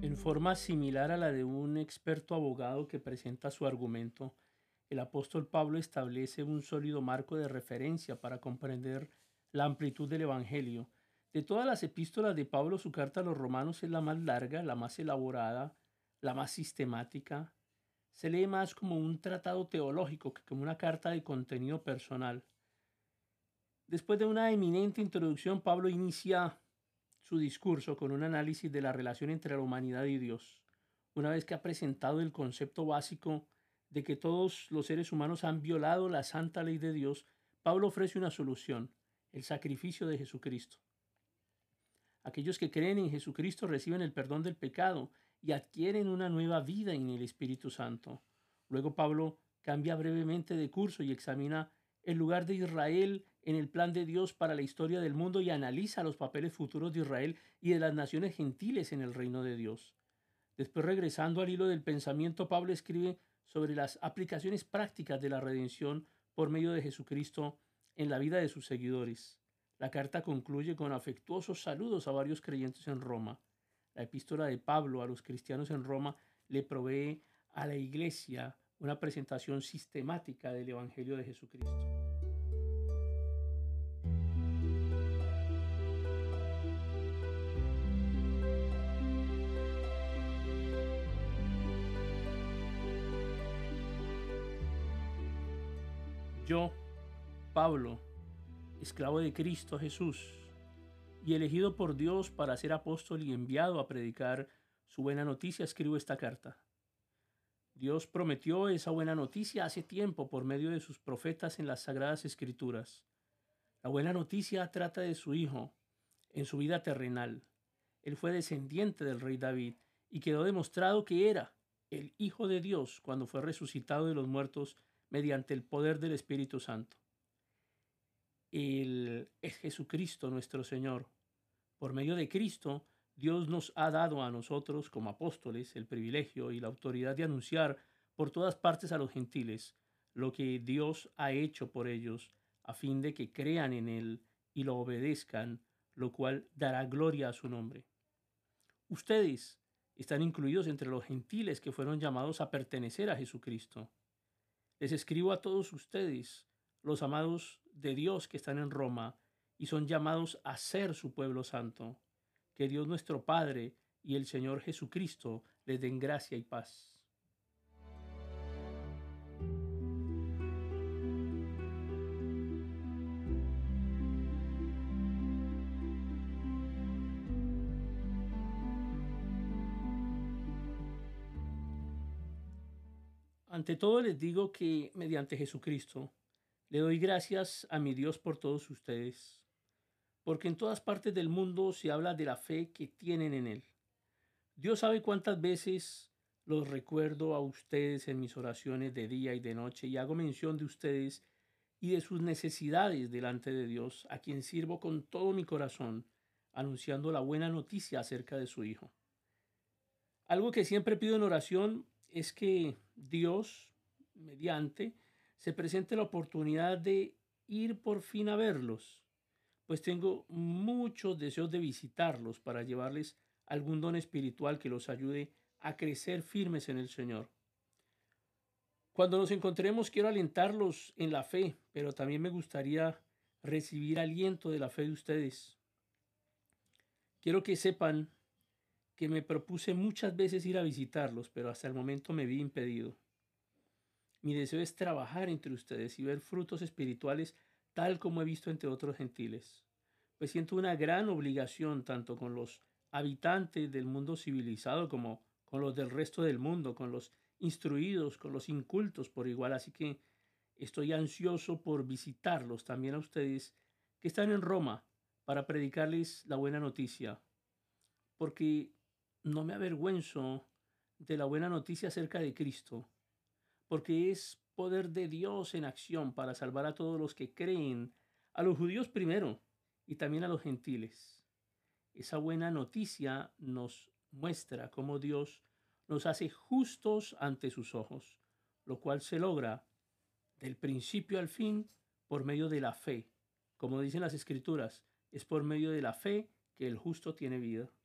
En forma similar a la de un experto abogado que presenta su argumento, el apóstol Pablo establece un sólido marco de referencia para comprender la amplitud del Evangelio. De todas las epístolas de Pablo, su carta a los romanos es la más larga, la más elaborada, la más sistemática. Se lee más como un tratado teológico que como una carta de contenido personal. Después de una eminente introducción, Pablo inicia su discurso con un análisis de la relación entre la humanidad y Dios. Una vez que ha presentado el concepto básico de que todos los seres humanos han violado la santa ley de Dios, Pablo ofrece una solución: el sacrificio de Jesucristo. Aquellos que creen en Jesucristo reciben el perdón del pecado y adquieren una nueva vida en el Espíritu Santo. Luego Pablo cambia brevemente de curso y examina el lugar de Israel en el plan de Dios para la historia del mundo y analiza los papeles futuros de Israel y de las naciones gentiles en el reino de Dios. Después, regresando al hilo del pensamiento, Pablo escribe sobre las aplicaciones prácticas de la redención por medio de Jesucristo en la vida de sus seguidores. La carta concluye con afectuosos saludos a varios creyentes en Roma. La epístola de Pablo a los cristianos en Roma le provee a la iglesia una presentación sistemática del Evangelio de Jesucristo. Yo, Pablo, esclavo de Cristo Jesús y elegido por Dios para ser apóstol y enviado a predicar su buena noticia, escribo esta carta. Dios prometió esa buena noticia hace tiempo por medio de sus profetas en las Sagradas Escrituras. La buena noticia trata de su Hijo en su vida terrenal. Él fue descendiente del rey David y quedó demostrado que era el Hijo de Dios cuando fue resucitado de los muertos mediante el poder del Espíritu Santo. Él es Jesucristo nuestro Señor. Por medio de Cristo, Dios nos ha dado a nosotros como apóstoles el privilegio y la autoridad de anunciar por todas partes a los gentiles lo que Dios ha hecho por ellos, a fin de que crean en Él y lo obedezcan, lo cual dará gloria a su nombre. Ustedes están incluidos entre los gentiles que fueron llamados a pertenecer a Jesucristo. Les escribo a todos ustedes, los amados de Dios que están en Roma y son llamados a ser su pueblo santo. Que Dios nuestro Padre y el Señor Jesucristo les den gracia y paz. Ante todo les digo que mediante Jesucristo le doy gracias a mi Dios por todos ustedes, porque en todas partes del mundo se habla de la fe que tienen en Él. Dios sabe cuántas veces los recuerdo a ustedes en mis oraciones de día y de noche y hago mención de ustedes y de sus necesidades delante de Dios, a quien sirvo con todo mi corazón, anunciando la buena noticia acerca de su Hijo. Algo que siempre pido en oración es que Dios, mediante, se presente la oportunidad de ir por fin a verlos, pues tengo muchos deseos de visitarlos para llevarles algún don espiritual que los ayude a crecer firmes en el Señor. Cuando nos encontremos quiero alentarlos en la fe, pero también me gustaría recibir aliento de la fe de ustedes. Quiero que sepan que me propuse muchas veces ir a visitarlos, pero hasta el momento me vi impedido. Mi deseo es trabajar entre ustedes y ver frutos espirituales tal como he visto entre otros gentiles, pues siento una gran obligación tanto con los habitantes del mundo civilizado como con los del resto del mundo, con los instruidos, con los incultos por igual, así que estoy ansioso por visitarlos también a ustedes que están en Roma para predicarles la buena noticia, porque no me avergüenzo de la buena noticia acerca de Cristo, porque es poder de Dios en acción para salvar a todos los que creen, a los judíos primero y también a los gentiles. Esa buena noticia nos muestra cómo Dios nos hace justos ante sus ojos, lo cual se logra del principio al fin por medio de la fe. Como dicen las Escrituras, es por medio de la fe que el justo tiene vida.